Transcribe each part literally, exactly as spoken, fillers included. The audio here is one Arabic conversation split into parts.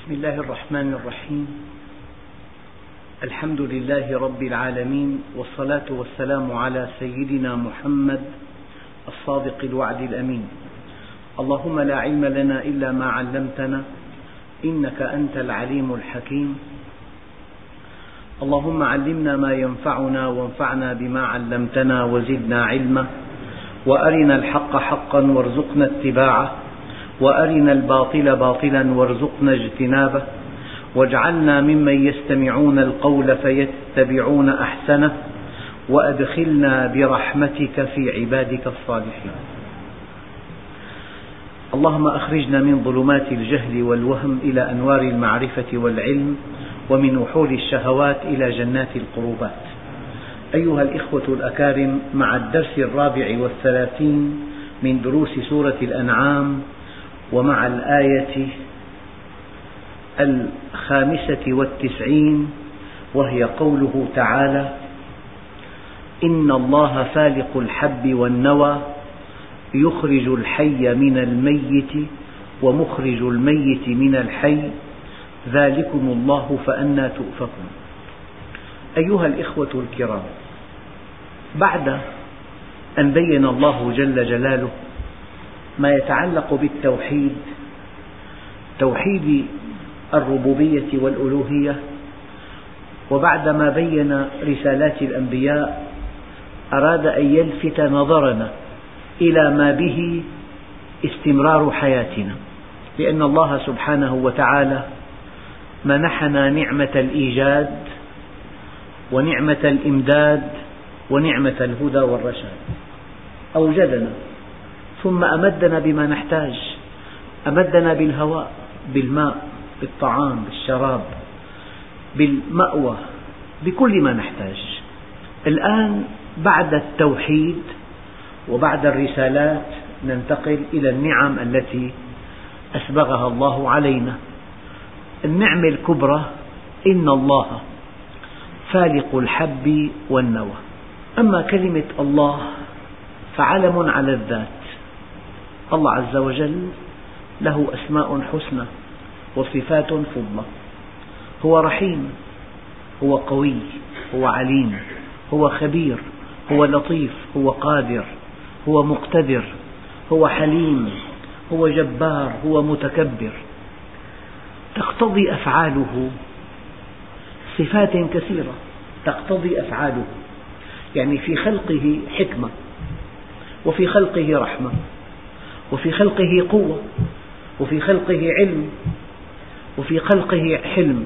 بسم الله الرحمن الرحيم. الحمد لله رب العالمين، والصلاة والسلام على سيدنا محمد الصادق الوعد الأمين. اللهم لا علم لنا إلا ما علمتنا إنك أنت العليم الحكيم. اللهم علمنا ما ينفعنا وانفعنا بما علمتنا وزدنا علما، وأرنا الحق حقا وارزقنا اتباعه، وأرنا الباطل باطلا وارزقنا اجتنابه، واجعلنا ممن يستمعون القول فيتبعون أحسنه، وأدخلنا برحمتك في عبادك الصالحين. اللهم أخرجنا من ظلمات الجهل والوهم إلى أنوار المعرفة والعلم، ومن وحول الشهوات إلى جنات القربات. أيها الإخوة الأكارم، مع الدرس الرابع والثلاثين من دروس سورة الأنعام، ومع الآية الخامسة والتسعين، وهي قوله تعالى: إن الله فالق الحب والنوى يخرج الحي من الميت ومخرج الميت من الحي ذلكم الله فأنى تؤفكون. أيها الإخوة الكرام، بعد أن بين الله جل جلاله ما يتعلق بالتوحيد، توحيد الربوبية والألوهية، وبعدما بين رسالات الأنبياء، أراد أن يلفت نظرنا إلى ما به استمرار حياتنا، لأن الله سبحانه وتعالى منحنا نعمة الإيجاد ونعمة الإمداد ونعمة الهدى والرشاد. أوجدنا ثم أمدنا بما نحتاج، أمدنا بالهواء، بالماء، بالطعام، بالشراب، بالمأوى، بكل ما نحتاج. الآن بعد التوحيد وبعد الرسالات ننتقل إلى النعم التي أسبغها الله علينا. النعمة الكبرى: إن الله فالق الحب والنوى. أما كلمة الله فعلم على الذات. الله عز وجل له أسماء حسنى وصفات فضلى. هو رحيم، هو قوي، هو عليم، هو خبير، هو لطيف، هو قادر، هو مقتدر، هو حليم، هو جبار، هو متكبر. تقتضي أفعاله صفات كثيرة، تقتضي أفعاله، يعني في خلقه حكمة، وفي خلقه رحمة، وفي خلقه قوة، وفي خلقه علم، وفي خلقه حلم.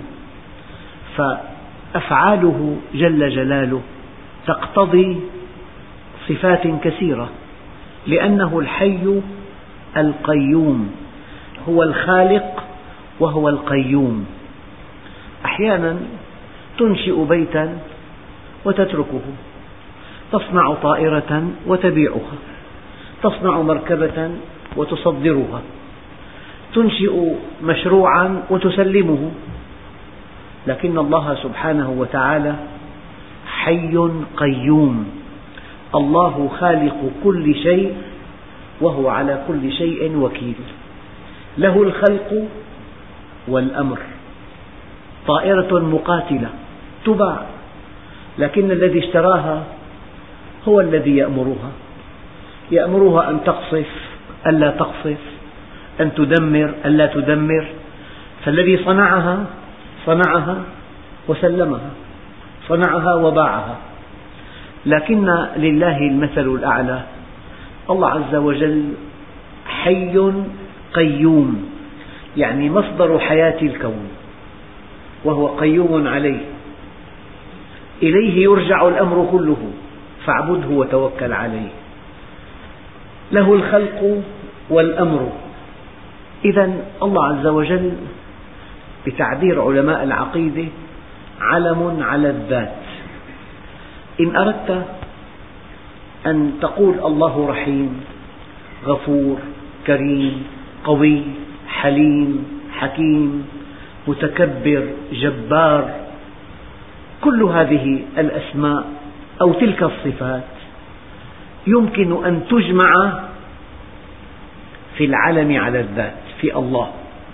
فأفعاله جل جلاله تقتضي صفات كثيرة، لأنه الحي القيوم، هو الخالق وهو القيوم. أحيانا تنشئ بيتا وتتركه، تصنع طائرة وتبيعها، تصنع مركبة وتصدرها، تنشئ مشروعا وتسلمه. لكن الله سبحانه وتعالى حي قيوم، الله خالق كل شيء وهو على كل شيء وكيل، له الخلق والأمر. طائرة مقاتلة تباع، لكن الذي اشتراها هو الذي يأمرها، يأمرها أن تقصف ألا تقصف، أن تدمر ألا تدمر. فالذي صنعها صنعها وسلمها، صنعها وباعها. لكن لله المثل الأعلى. الله عز وجل حي قيوم، يعني مصدر حياة الكون، وهو قيوم عليه، إليه يرجع الأمر كله، فاعبده وتوكل عليه. له الخلق والأمر. إذن الله عز وجل بتعبير علماء العقيدة علم على الذات. إن أردت أن تقول الله رحيم، غفور، كريم، قوي، حليم، حكيم، متكبر، جبار، كل هذه الأسماء أو تلك الصفات يمكن أن تجمع في العلم على الذات، في الله.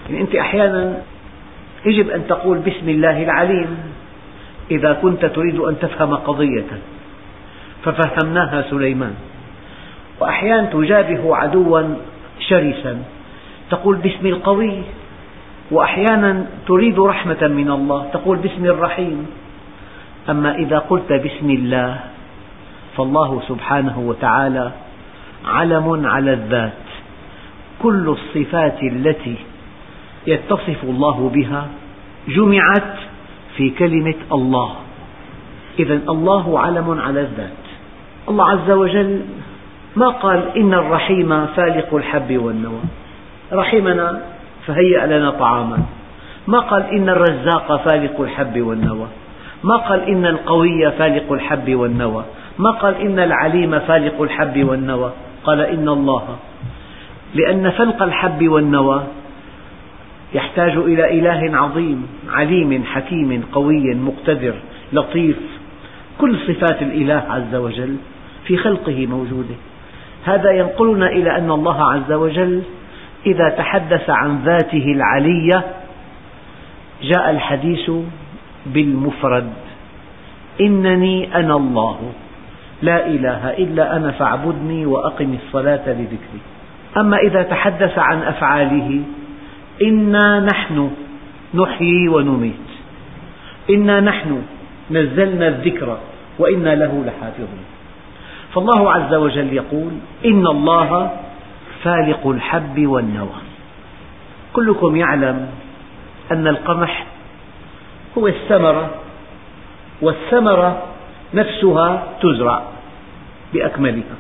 يعني أنت أحيانا يجب أن تقول بسم الله العليم إذا كنت تريد أن تفهم قضية، ففهمناها سليمان. وأحيانا تجابه عدوا شرسا تقول باسم القوي، وأحيانا تريد رحمة من الله تقول باسم الرحيم. أما إذا قلت بسم الله فالله سبحانه وتعالى علم على الذات، كل الصفات التي يتصف الله بها جمعت في كلمة الله. إذن الله علم على الذات. الله عز وجل ما قال إن الرحيم فالق الحب والنوى، رحمنا فهيأ لنا طعاما. ما قال إن الرزاق فالق الحب والنوى، ما قال إن القوي فالق الحب والنوى، ما قال إن العليم فالق الحب والنوى، قال إن الله. لأن فلق الحب والنوى يحتاج إلى إله عظيم عليم حكيم قوي مقتدر لطيف، كل صفات الإله عز وجل في خلقه موجودة. هذا ينقلنا إلى أن الله عز وجل إذا تحدث عن ذاته العلية جاء الحديث بالمفرد: إنني أنا الله لا إله إلا أنا فاعبدني وأقم الصلاة لذكري. أما إذا تحدث عن أفعاله: إنا نحن نحيي ونميت، إنا نحن نزلنا الذكر وإنا له لحافظون. فالله عز وجل يقول: إن الله فالق الحب والنوى. كلكم يعلم أن القمح هو الثمرة، والثمرة نفسها تزرع بأكملها،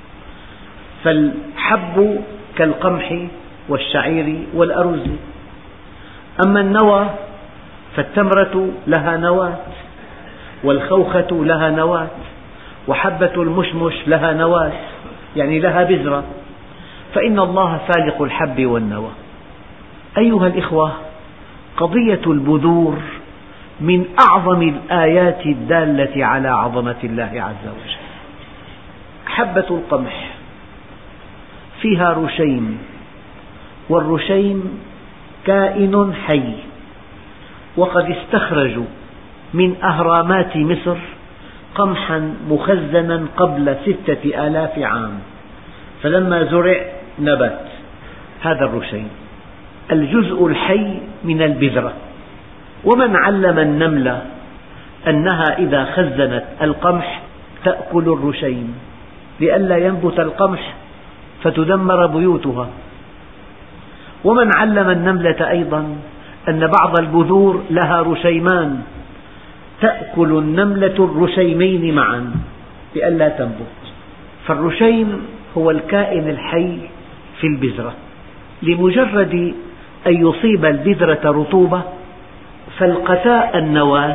فالحب كالقمح والشعير والأرز. أما النوى فالتمرة لها نواة، والخوخة لها نواة، وحبة المشمش لها نواة، يعني لها بذرة. فإن الله فالق الحب والنوى. أيها الإخوة، قضية البذور من أعظم الآيات الدالة على عظمة الله عز وجل. حبة القمح فيها رشيم، والرشيم كائن حي، وقد استخرجوا من أهرامات مصر قمحا مخزنا قبل ستة آلاف عام، فلما زرع نبت هذا الرشيم، الجزء الحي من البذرة. ومن علم النملة أنها إذا خزنت القمح تأكل الرشيم لئلا ينبت القمح فتدمر بيوتها. ومن علم النملة أيضا أن بعض البذور لها رشيمان تأكل النملة الرشيمين معا لئلا تنبت. فالرشيم هو الكائن الحي في البذرة. لمجرد أن يصيب البذرة رطوبة فالقتا النواة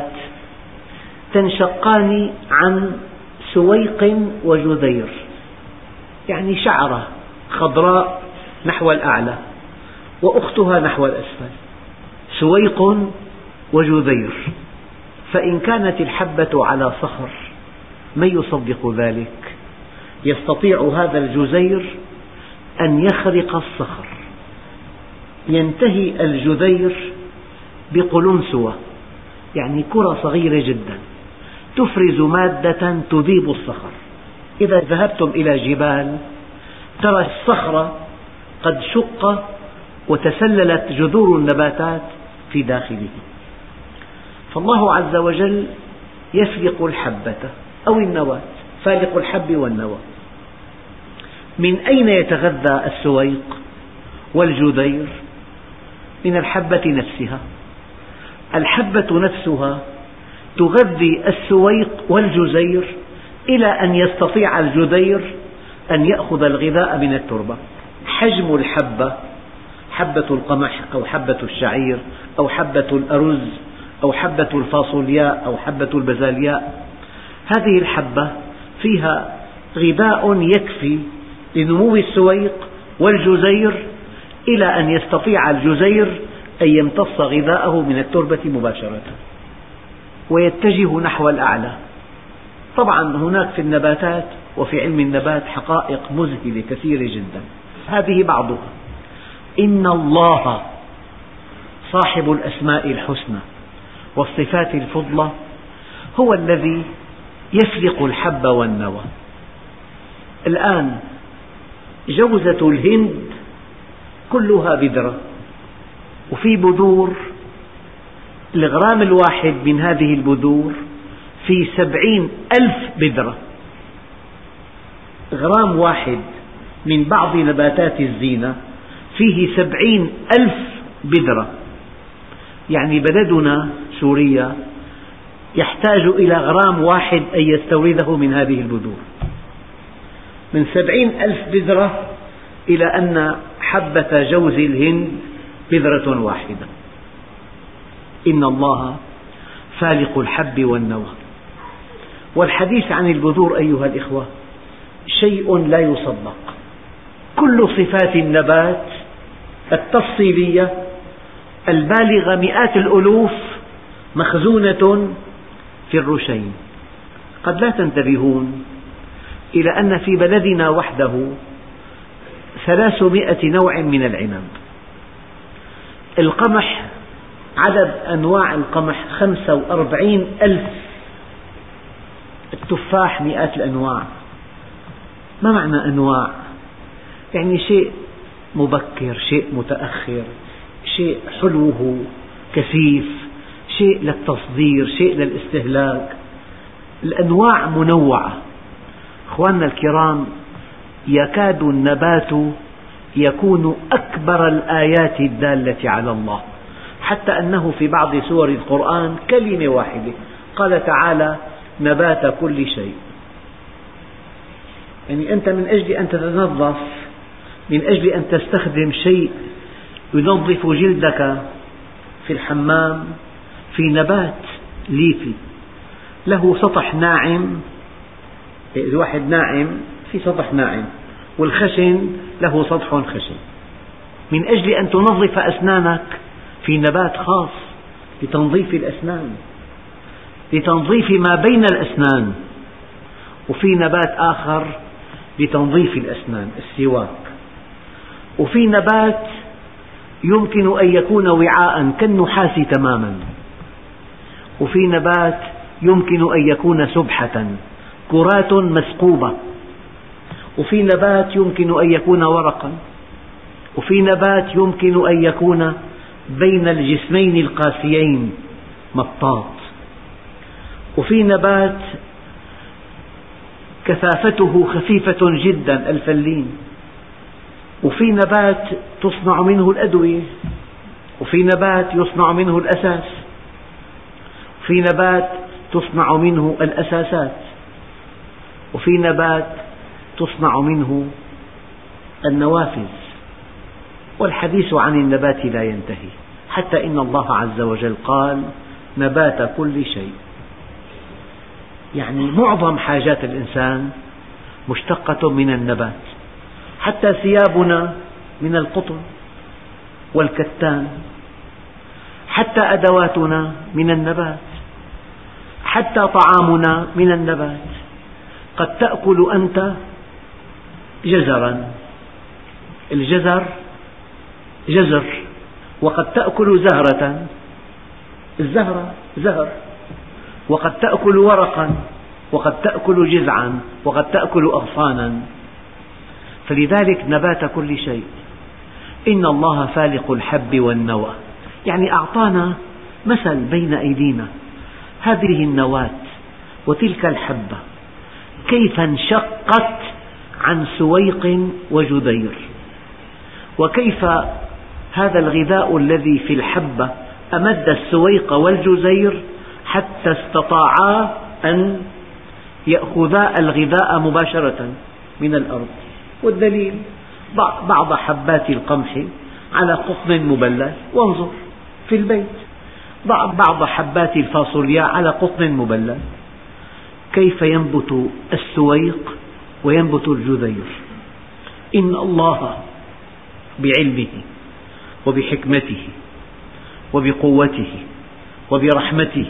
تنشقان عن سويق وجذير، يعني شعرة خضراء نحو الأعلى وأختها نحو الأسفل، سويق وجذير. فإن كانت الحبة على صخر من يصدق ذلك؟ يستطيع هذا الجذير أن يخرق الصخر. ينتهي الجذير بقلنسوة، يعني كرة صغيرة جدا تفرز مادة تذيب الصخر. إذا ذهبتم إلى جبال ترى الصخرة قد شق وتسللت جذور النباتات في داخله. فالله عز وجل يفلق الحبة أو النواة، فالق الحب والنوى. من أين يتغذى السويق والجذير؟ من الحبة نفسها. الحبة نفسها تغذي السويق والجذير إلى أن يستطيع الجذير أن يأخذ الغذاء من التربة. حجم الحبة، حبة القمح أو حبة الشعير أو حبة الأرز أو حبة الفاصولياء أو حبة البازالياء، هذه الحبة فيها غذاء يكفي لنمو السويق والجذير إلى أن يستطيع الجذير أن يمتص غذاءه من التربة مباشرة ويتجه نحو الأعلى. طبعا هناك في النباتات وفي علم النبات حقائق مذهلة كثيرة جدا، هذه بعضها. إن الله صاحب الأسماء الحسنى والصفات الفضلى هو الذي يفلق الحب والنوى. الآن جوزة الهند كلها بذرة، وفي بذور، الغرام الواحد من هذه البذور في سبعين ألف بذرة. غرام واحد من بعض نباتات الزينة فيه سبعين ألف بذرة، يعني بلدنا سوريا يحتاج إلى غرام واحد أن يستورده من هذه البذور، من سبعين ألف بذرة إلى أن حبة جوز الهند بذرة واحدة. إن الله فالق الحب والنوى. والحديث عن البذور أيها الإخوة شيء لا يصدق. كل صفات النبات التفصيلية البالغة مئات الألوف مخزونة في الرشين. قد لا تنتبهون إلى أن في بلدنا وحده ثلاثمائة نوع من العنب. القمح، عدد أنواع القمح خمسة وأربعين ألف. التفاح مئات الأنواع. ما معنى أنواع؟ يعني شيء مبكر، شيء متأخر، شيء حلوه كثيف، شيء للتصدير، شيء للاستهلاك. الأنواع منوعة. أخواننا الكرام، يكاد النبات يكون أكبر الآيات الدالة على الله، حتى أنه في بعض سور القرآن كلمة واحدة قال تعالى نبات كل شيء. يعني أنت من أجل أن تتنظف، من أجل أن تستخدم شيء ينظف جلدك في الحمام، في نبات ليفي له سطح ناعم. الواحد ناعم في سطح ناعم، والخشن له سطح خشن. من أجل أن تنظف أسنانك في نبات خاص لتنظيف الأسنان، لتنظيف ما بين الأسنان، وفي نبات آخر لتنظيف الأسنان السواك، وفي نبات يمكن أن يكون وعاء كالنحاس تماما، وفي نبات يمكن أن يكون سبحة كرات مثقوبة، وفي نبات يمكن أن يكون ورقا، وفي نبات يمكن أن يكون بين الجسمين القاسيين مطاط، وفي نبات كثافته خفيفة جدا الفلين، وفي نبات تصنع منه الأدوية، وفي نبات يصنع منه الأساس، وفي نبات تصنع منه الأساسات، وفي نبات تصنع منه النوافذ. والحديث عن النبات لا ينتهي، حتى إن الله عز وجل قال نبات كل شيء. يعني معظم حاجات الإنسان مشتقة من النبات، حتى ثيابنا من القطن والكتان، حتى أدواتنا من النبات، حتى طعامنا من النبات. قد تأكل أنت جزرا، الجزر جزر، وقد تأكل زهرة، الزهرة زهر، وقد تأكل ورقا، وقد تأكل جذعا، وقد تأكل أغصانا. فلذلك نبات كل شيء. إن الله فالق الحب والنوى، يعني أعطانا مثل بين أيدينا. هذه النواة وتلك الحبة كيف انشقت عن سويق وجدير، وكيف هذا الغذاء الذي في الحبة أمد السويق والجزير حتى استطاعا أن يأخذا الغذاء مباشرة من الأرض. والدليل بعض حبات القمح على قطن مبلل، وانظر في البيت بعض حبات الفاصوليا على قطن مبلل، كيف ينبت السويق وينبت الجذير. إن الله بعلمه وبحكمته وبقوته وبرحمته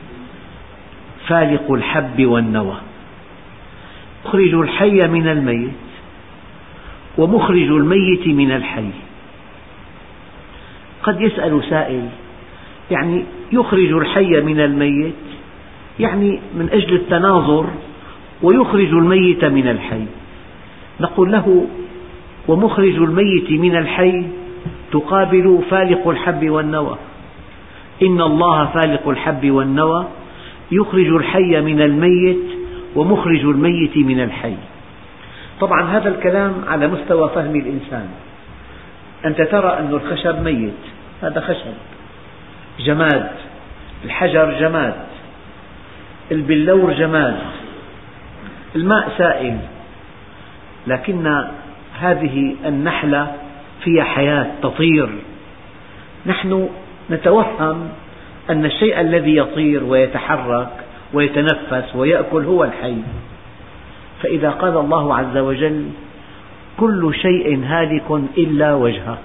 فالق الحب والنوى، مخرج الحي من الميت ومخرج الميت من الحي. قد يسأل سائل، يعني يخرج الحي من الميت، يعني من أجل التناظر، ويخرج الميت من الحي. نقول له: ومخرج الميت من الحي تقابل فالق الحب والنوى، إن الله فالق الحب والنوى يخرج الحي من الميت ومخرج الميت من الحي. طبعا هذا الكلام على مستوى فهم الإنسان. أنت ترى أن الخشب ميت، هذا خشب جماد، الحجر جماد، البلور جماد، الماء سائل، لكن هذه النحلة فيها حياة تطير. نحن نتوهم أن الشيء الذي يطير ويتحرك ويتنفس ويأكل هو الحي. فإذا قال الله عز وجل: كل شيء هالك إلا وجهه،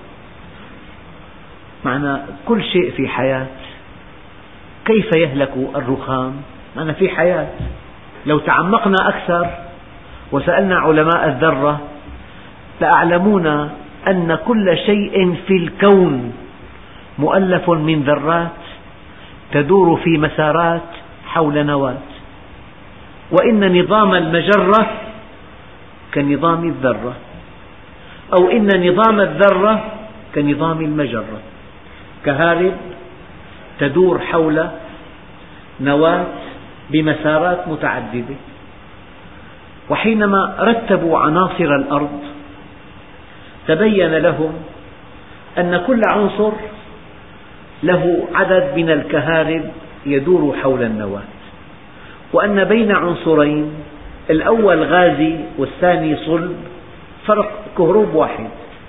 معنى كل شيء في حياة. كيف يهلك الرخام؟ معنى في حياة. لو تعمقنا أكثر وسألنا علماء الذرة لأعلمون أن كل شيء في الكون مؤلف من ذرات تدور في مسارات حول نواة، وإن نظام المجرة كنظام الذرة، أو إن نظام الذرة كنظام المجرة، كهارب تدور حول نواة بمسارات متعددة. وحينما رتبوا عناصر الأرض تبين لهم أن كل عنصر له عدد من الكهارب يدور حول النواة، وأن بين عنصرين، الأول غازي والثاني صلب، فرق كهرب واحد.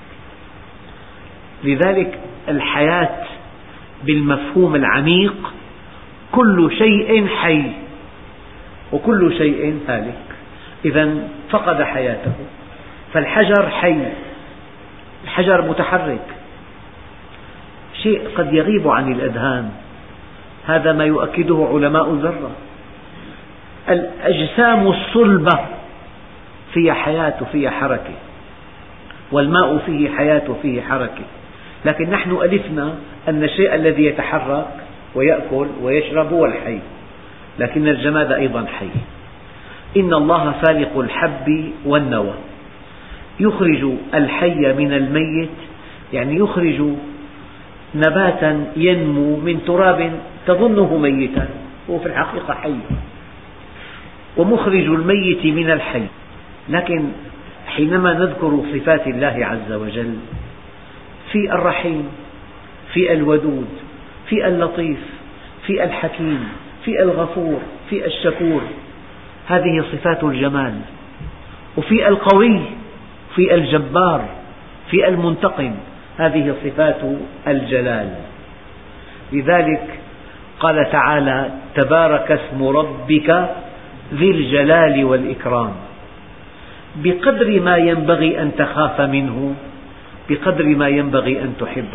لذلك الحياة بالمفهوم العميق كل شيء حي وكل شيء هالك، إذن فقد حياته. فالحجر حي، الحجر متحرك، شيء قد يغيب عن الأذهان، هذا ما يؤكده علماء الذرة. الأجسام الصلبة فيها حياة وفيها حركة، والماء فيه حياة وفيه حركة، لكن نحن ألفنا أن الشيء الذي يتحرك ويأكل ويشرب هو الحي، لكن الجماد أيضا حي. إن الله فالق الحب والنوى يخرج الحي من الميت، يعني يخرج نباتا ينمو من تراب تظنه ميتا وهو في الحقيقة حي، ومخرج الميت من الحي. لكن حينما نذكر صفات الله عز وجل، في الرحيم، في الودود، في اللطيف، في الحكيم، في الغفور، في الشكور، هذه صفات الجمال. وفي القوي، في الجبار، في المنتقم، هذه صفات الجلال. لذلك قال تعالى: تبارك اسم ربك ذي الجلال والإكرام. بقدر ما ينبغي أن تخاف منه بقدر ما ينبغي أن تحبه،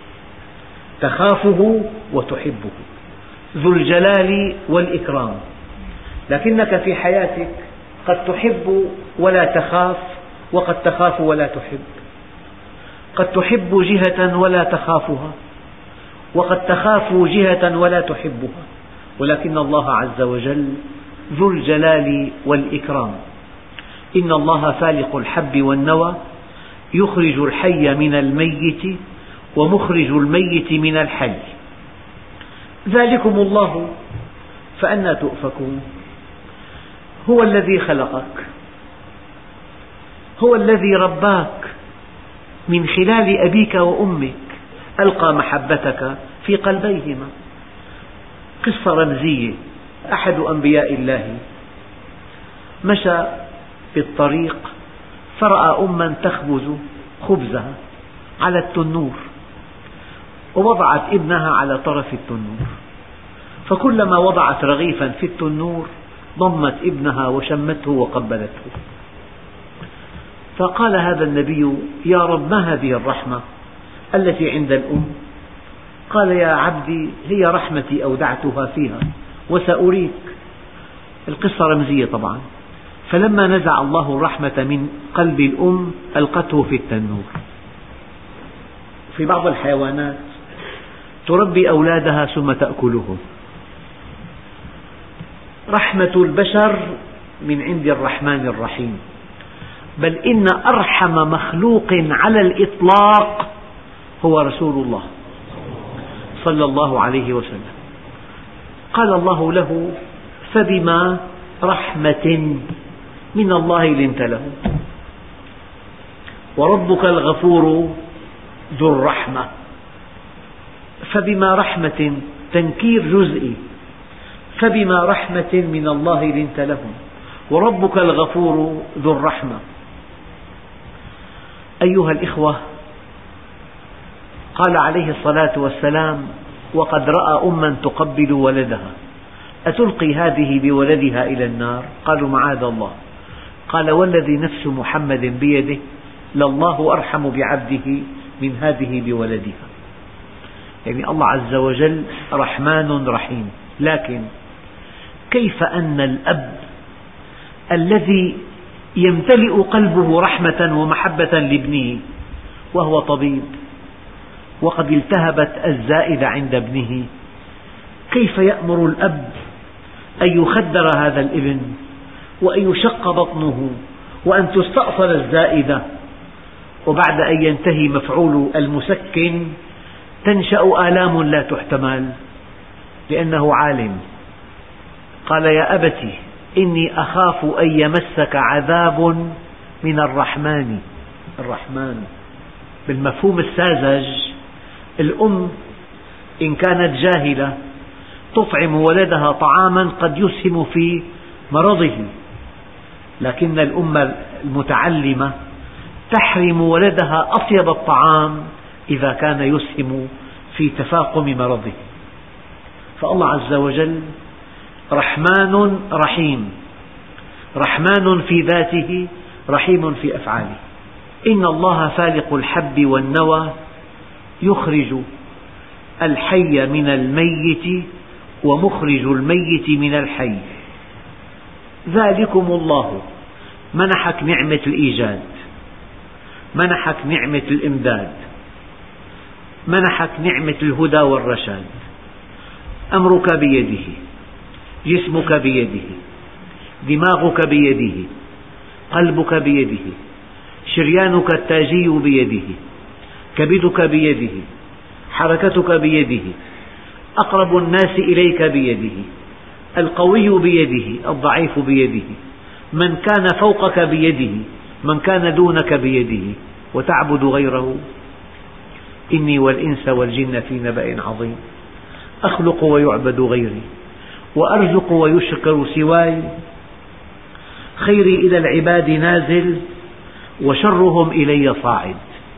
تخافه وتحبه، ذو الجلال والإكرام. لكنك في حياتك قد تحب ولا تخاف، وقد تخاف ولا تحب، قد تحب جهة ولا تخافها، وقد تخاف جهة ولا تحبها، ولكن الله عز وجل ذو الجلال والإكرام. إن الله فالق الحب والنوى يخرج الحي من الميت ومخرج الميت من الحي. ذلكم الله فأنى تؤفكون. هو الذي خلقك، هو الذي رباك من خلال أبيك وأمك، ألقى محبتك في قلبيهما. قصة رمزية. أحد أنبياء الله مشى في الطريق فرأى أما تخبز خبزها على التنور، ووضعت ابنها على طرف التنور، فكلما وضعت رغيفا في التنور ضمت ابنها وشمته وقبلته. فقال هذا النبي: يا رب، ما هذه الرحمة التي عند الأم؟ قال: يا عبدي، هي رحمتي أودعتها فيها وسأريك. القصة رمزية طبعا. فلما نزع الله الرحمة من قلب الأم ألقته في التنور. في بعض الحيوانات تربي أولادها ثم تأكلهم. رحمة البشر من عند الرحمن الرحيم، بل إن أرحم مخلوق على الإطلاق هو رسول الله صلى الله عليه وسلم. قال الله له: فبما رحمة من الله لنت لهم، وربك الغفور ذو الرحمة. فبما رحمة تنكير جزئي، فبما رحمة من الله لنت لهم وربك الغفور ذو الرحمة. أيها الإخوة، قال عليه الصلاة والسلام: وقد رأى أما تقبل ولدها أتلقي هذه بولدها إلى النار؟ قالوا: معاذ الله. قال: والذي نفس محمد بيده لله أرحم بعبده من هذه بولدها. يعني الله عز وجل رحمن رحيم، لكن كيف أن الأب الذي يمتلئ قلبه رحمة ومحبة لابنه وهو طبيب وقد التهبت الزائدة عند ابنه، كيف يأمر الأب أن يخدر هذا الابن وأن يشق بطنه وأن تستأصل الزائدة، وبعد أن ينتهي مفعول المسكن تنشأ آلام لا تحتمل لأنه عالم. قال: يا أبت إني أخاف أن يمسك عذاب من الرحمن. الرحمن بالمفهوم الساذج، الأم إن كانت جاهلة تطعم ولدها طعاما قد يسهم في مرضه، لكن الأم المتعلمة تحرم ولدها أطيب الطعام إذا كان يسهم في تفاقم مرضه. فالله عز وجل رحمن رحيم، رحمن في ذاته، رحيم في أفعاله. إن الله فالق الحب والنوى يخرج الحي من الميت ومخرج الميت من الحي. ذلكم الله منحك نعمة الإيجاد، منحك نعمة الإمداد، منحك نعمة الهدى والرشاد. أمرك بيده، جسمك بيده، دماغك بيده، قلبك بيده، شريانك التاجي بيده، كبدك بيده، حركتك بيده، أقرب الناس إليك بيده، القوي بيده، الضعيف بيده، من كان فوقك بيده، من كان دونك بيده، وتعبد غيره. إني والإنس والجن في نبأ عظيم، أخلق ويعبد غيري، وأرزق ويشكر سواي، خيري إلى العباد نازل، وشرهم إلي صاعد،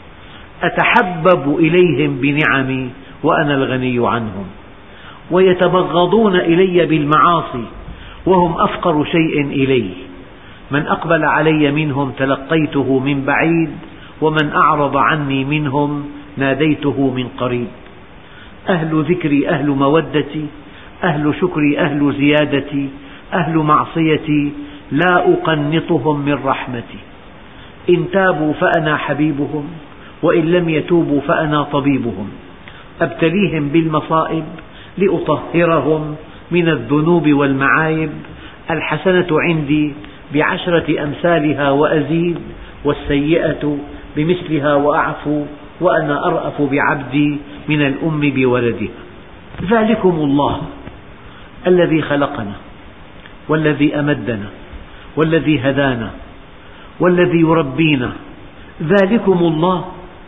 أتحبب إليهم بنعمي وأنا الغني عنهم، ويتبغضون إلي بالمعاصي وهم أفقر شيء إلي، من أقبل علي منهم تلقيته من بعيد، ومن أعرض عني منهم ناديته من قريب. أهل ذكري أهل مودتي، أهل شكري أهل زيادتي، أهل معصيتي لا أقنطهم من رحمتي، إن تابوا فأنا حبيبهم، وإن لم يتوبوا فأنا طبيبهم، أبتليهم بالمصائب لأطهرهم من الذنوب والمعايب، الحسنة عندي بعشرة أمثالها وأزيد، والسيئة بمثلها وأعفو، وأنا أرأف بعبدي من الأم بولدها. ذلكم الله الذي خلقنا والذي أمدنا والذي هدانا والذي يربينا، ذلكم الله،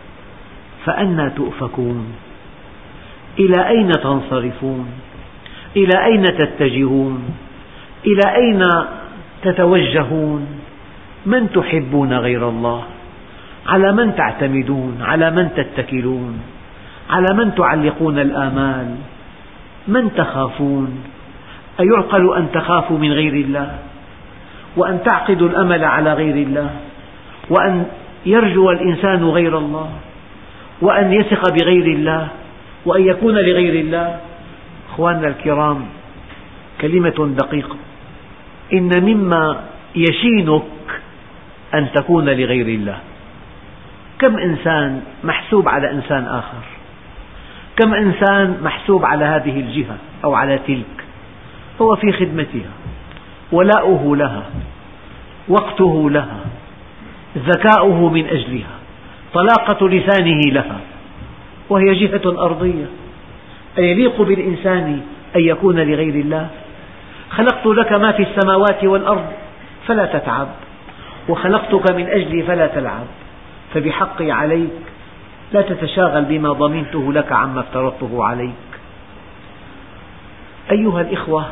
فأنى تؤفكون؟ إلى أين تنصرفون؟ إلى أين تتجهون؟ إلى أين تتوجهون؟ من تحبون غير الله؟ على من تعتمدون؟ على من تتكلون؟ على من تعلقون الآمال؟ من تخافون؟ أيعقل أن تخافوا من غير الله، وأن تعقدوا الأمل على غير الله، وأن يرجو الإنسان غير الله، وأن يثق بغير الله، وأن يكون لغير الله؟ أخواننا الكرام، كلمة دقيقة: إن مما يشينك أن تكون لغير الله. كم إنسان محسوب على إنسان آخر، كم إنسان محسوب على هذه الجهة أو على تلك، هو في خدمتها، ولاؤه لها، وقته لها، ذكاؤه من أجلها، طلاقة لسانه لها، وهي جهة أرضية. أيليق بالإنسان أن يكون لغير الله؟ خلقت لك ما في السماوات والأرض فلا تتعب، وخلقتك من أجلي فلا تلعب، فبحقي عليك لا تتشاغل بما ضمنته لك عما افترضته عليك. أيها الإخوة،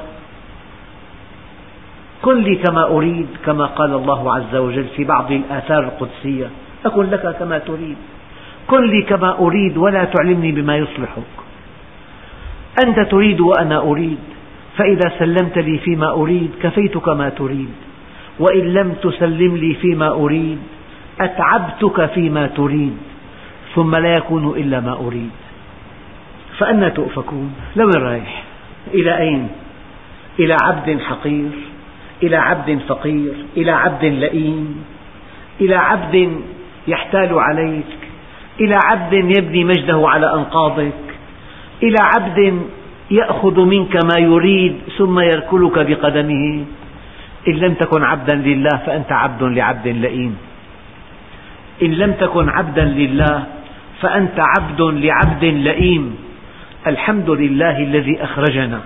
كن لي كما أريد، كما قال الله عز وجل في بعض الآثار القدسية: أكن لك كما تريد. كن لي كما أريد ولا تعلمني بما يصلحك. أنت تريد وأنا أريد، فإذا سلمت لي فيما أريد كفيتك ما تريد، وإن لم تسلم لي فيما أريد أتعبتك فيما تريد، ثم لا يكون إلا ما أريد. فأنى تؤفكون؟ لوين رايح؟ إلى أين؟ إلى عبد حقير، إلى عبد فقير، إلى عبد لئيم، إلى عبد يحتال عليك، إلى عبد يبني مجده على أنقاضك، إلى عبد يأخذ منك ما يريد ثم يركلك بقدمه. إن لم تكن عبدا لله فأنت عبد لعبد لئيم. إن لم تكن عبدا لله فأنت عبد لعبد لئيم. الحمد لله الذي أخرجنا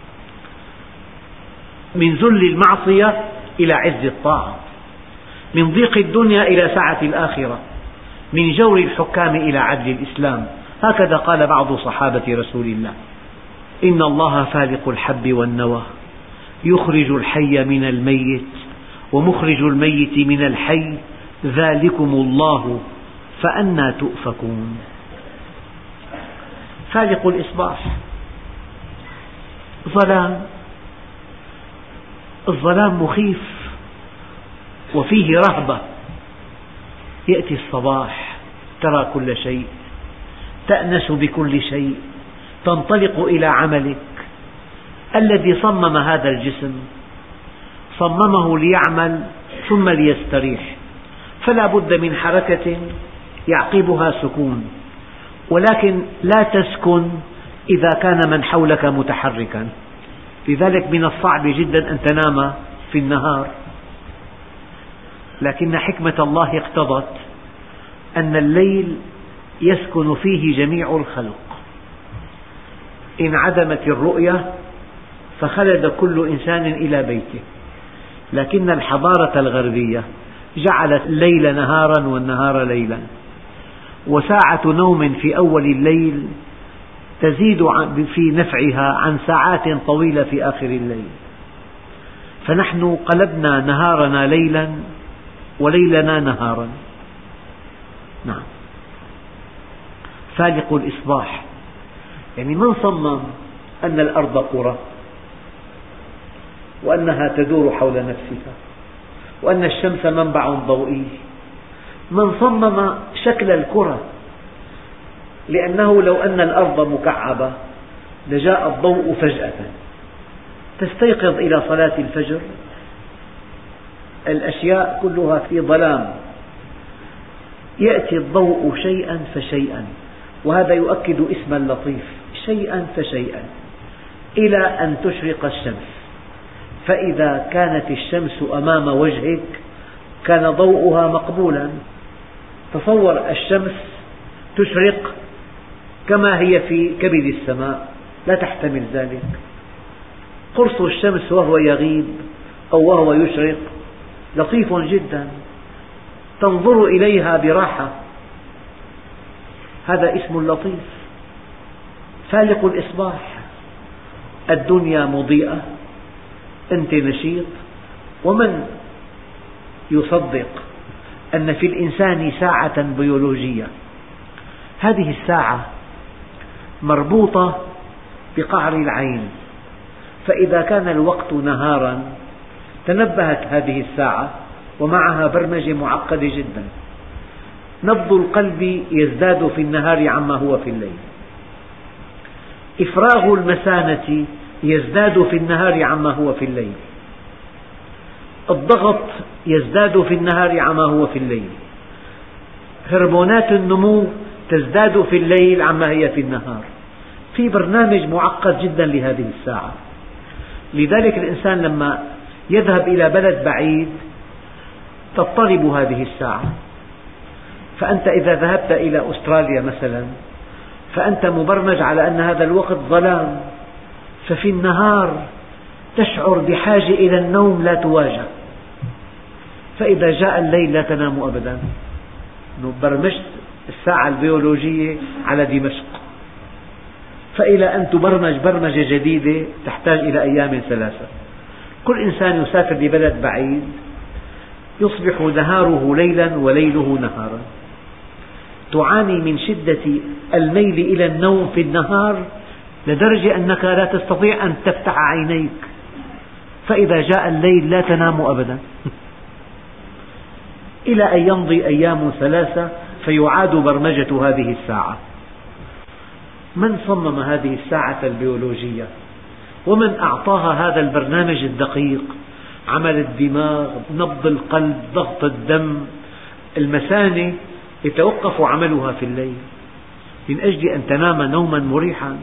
من ذل المعصية إلى عز الطاعة، من ضيق الدنيا إلى سعة الآخرة، من جور الحكام إلى عدل الإسلام. هكذا قال بعض صحابة رسول الله: إن الله فالق الحب والنوى، يخرج الحي من الميت ومخرج الميت من الحي، ذلكم الله فأنى تؤفكون. فالق الإصباح، ظلام، الظلام مخيف وفيه رهبة. يأتي الصباح ترى كل شيء، تأنس بكل شيء، تنطلق إلى عملك. الذي صمم هذا الجسم صممه ليعمل ثم ليستريح، فلا بد من حركة يعقبها سكون، ولكن لا تسكن إذا كان من حولك متحركا. لذلك من الصعب جدا أن تنام في النهار، لكن حكمة الله اقتضت أن الليل يسكن فيه جميع الخلق. إن عدمت الرؤية فخلد كل إنسان إلى بيته، لكن الحضارة الغربية جعلت الليل نهارا والنهار ليلا، وساعة نوم في أول الليل تزيد في نفعها عن ساعات طويلة في آخر الليل. فنحن قلبنا نهارنا ليلا وليلنا نهارا. نعم، فالق الإصباح، يعني من صمم أن الأرض كرة وأنها تدور حول نفسها وأن الشمس منبع ضوئي؟ من صمم شكل الكرة، لأنه لو أن الأرض مكعبة لجاء الضوء فجأة. تستيقظ إلى صلاة الفجر الأشياء كلها في ظلام، يأتي الضوء شيئا فشيئا، وهذا يؤكد اسم اللطيف: شيئا فشيئا، إلى أن تشرق الشمس. فإذا كانت الشمس أمام وجهك كان ضوءها مقبولا. تصور الشمس تشرق كما هي في كبد السماء، لا تحتمل ذلك. قرص الشمس وهو يغيب أو وهو يشرق لطيف جدا، تنظر إليها براحة. هذا اسم اللطيف، فالق الإصباح. الدنيا مضيئة، أنت نشيط. ومن يصدق أن في الإنسان ساعة بيولوجية، هذه الساعة مربوطة بقعر العين، فإذا كان الوقت نهارا تنبهت هذه الساعة ومعها برمجة معقدة جدا. نبض القلب يزداد في النهار عما هو في الليل، إفراغ المثانة يزداد في النهار عما هو في الليل، الضغط يزداد في النهار عما هو في الليل، هرمونات النمو تزداد في الليل عما هي في النهار. في برنامج معقد جدا لهذه الساعة. لذلك الإنسان لما يذهب إلى بلد بعيد تضطرب هذه الساعة. فأنت إذا ذهبت إلى أستراليا مثلا فأنت مبرمج على أن هذا الوقت ظلام، ففي النهار تشعر بحاجة إلى النوم لا تواجه، فإذا جاء الليل لا تنام أبدا. برمجت الساعة البيولوجية على دمشق، فإلى أن تبرمج برمجة جديدة تحتاج إلى أيام ثلاثة. كل إنسان يسافر لبلد بعيد يصبح نهاره ليلا وليله نهارا، تعاني من شدة الميل إلى النوم في النهار لدرجة أنك لا تستطيع أن تفتح عينيك، فإذا جاء الليل لا تنام أبدا إلى أن يمضي أيام ثلاثة فيعاد برمجة هذه الساعة. من صمم هذه الساعة البيولوجية؟ ومن أعطاها هذا البرنامج الدقيق؟ عمل الدماغ، نبض القلب، ضغط الدم، المثانة يتوقف عملها في الليل من أجل أن تنام نوما مريحا.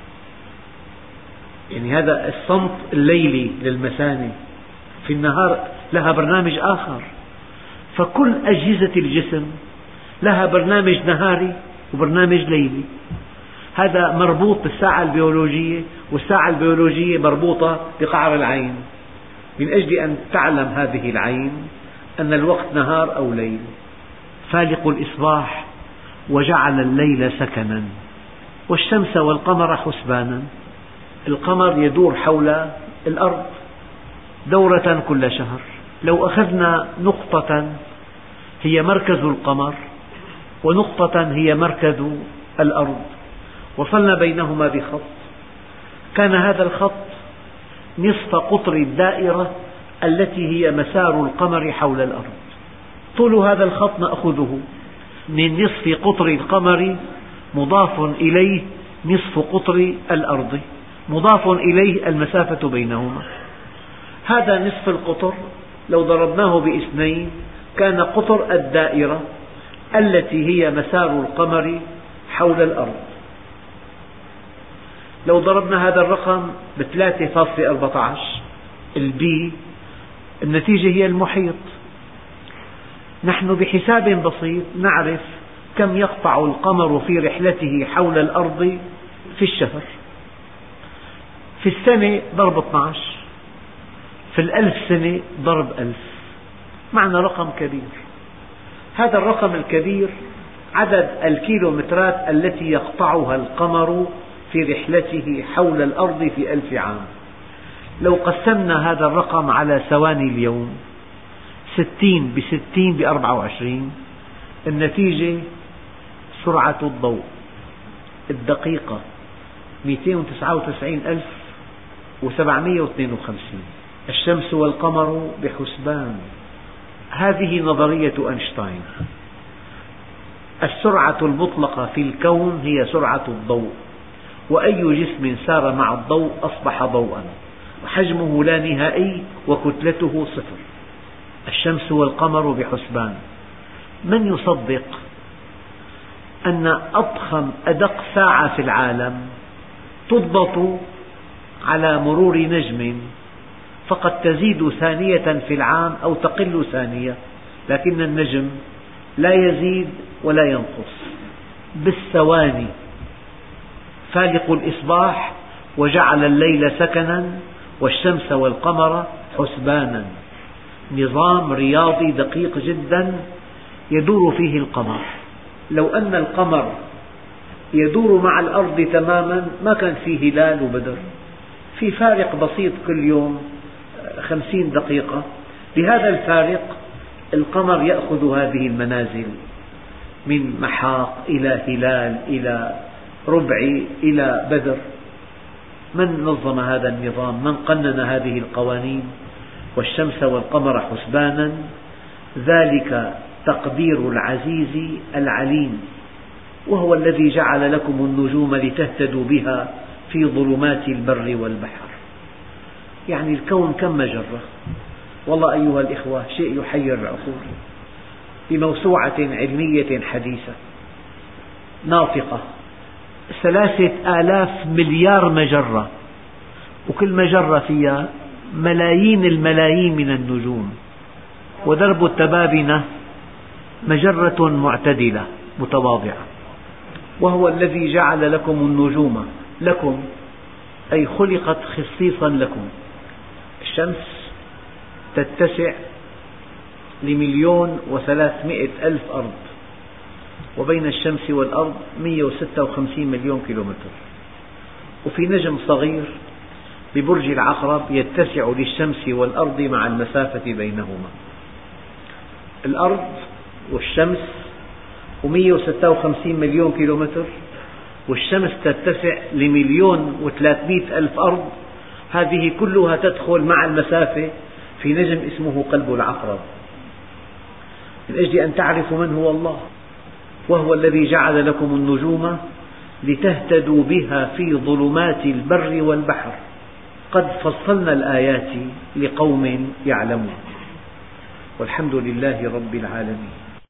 يعني هذا الصمت الليلي للمثانة، في النهار لها برنامج آخر. فكل أجهزة الجسم لها برنامج نهاري وبرنامج ليلي، هذا مربوط بالساعة البيولوجية، والساعة البيولوجية مربوطة بقعر العين من أجل أن تعلم هذه العين أن الوقت نهار أو ليل. فالق الإصباح وجعل الليل سكنا والشمس والقمر حسبانا. القمر يدور حول الأرض دورة كل شهر. لو أخذنا نقطة هي مركز القمر ونقطة هي مركز الأرض وصلنا بينهما بخط، كان هذا الخط نصف قطر الدائرة التي هي مسار القمر حول الأرض. طول هذا الخط نأخذه من نصف قطر القمر مضاف إليه نصف قطر الأرض مضاف إليه المسافة بينهما. هذا نصف القطر لو ضربناه باثنين كان قطر الدائرة التي هي مسار القمر حول الأرض. لو ضربنا هذا الرقم بثلاثة فاصلة أربعة عشر البي، النتيجة هي المحيط. نحن بحساب بسيط نعرف كم يقطع القمر في رحلته حول الأرض في الشهر. في السنة ضرب اثني عشر، في الألف سنة ضرب ألف، معنى رقم كبير. هذا الرقم الكبير عدد الكيلومترات التي يقطعها القمر في رحلته حول الأرض في ألف عام. لو قسمنا هذا الرقم على ثواني اليوم، ستين بستين بأربعة وعشرين، النتيجة سرعة الضوء الدقيقة مئتين وتسعة وتسعين ألف وسبعمئة واثنين وخمسين. الشمس والقمر بحسبان. هذه نظرية أينشتاين. السرعة المطلقة في الكون هي سرعة الضوء، وأي جسم سار مع الضوء أصبح ضوءا، وحجمه لا نهائي وكتلته صفر. الشمس والقمر بحسبان. من يصدق أن أضخم أدق ساعة في العالم تضبط على مرور نجم، فقد تزيد ثانية في العام أو تقل ثانية، لكن النجم لا يزيد ولا ينقص بالثواني. فالق الإصباح وجعل الليل سكنا والشمس والقمر حسبانا. نظام رياضي دقيق جدا يدور فيه القمر. لو أن القمر يدور مع الأرض تماما ما كان فيه هلال وبدر، في فارق بسيط كل يوم خمسين دقيقة. بهذا الفارق القمر يأخذ هذه المنازل من محاق إلى هلال إلى ربع إلى بدر. من نظم هذا النظام؟ من قنن هذه القوانين؟ والشمس والقمر حسبانا ذلك تقدير العزيز العليم، وهو الذي جعل لكم النجوم لتهتدوا بها في ظلمات البر والبحر. يعني الكون كم مجرة. والله أيها الإخوة شيء يحير العقول. بموسوعة علمية حديثة ناطقة ثلاثة آلاف مليار مجرة، وكل مجرة فيها ملايين الملايين من النجوم، ودرب التبابنة مجرة معتدلة متواضعة. وهو الذي جعل لكم النجوم، لكم أي خلقت خصيصا لكم. الشمس تتسع لمليون وثلاثمئة ألف أرض، وبين الشمس والأرض مئة وستة وخمسين مليون كيلومتر، وفي نجم صغير ببرج العقرب يتسع للشمس والأرض مع المسافة بينهما. الأرض والشمس ومئة وستة وخمسين مليون كيلومتر، والشمس تتسع لمليون وثلاثمئة ألف أرض، هذه كلها تدخل مع المسافة في نجم اسمه قلب العقرب، من أجل أن تعرفوا من هو الله. وهو الذي جعل لكم النجوم لتهتدوا بها في ظلمات البر والبحر، قد فصلنا الآيات لقوم يعلمون، والحمد لله رب العالمين.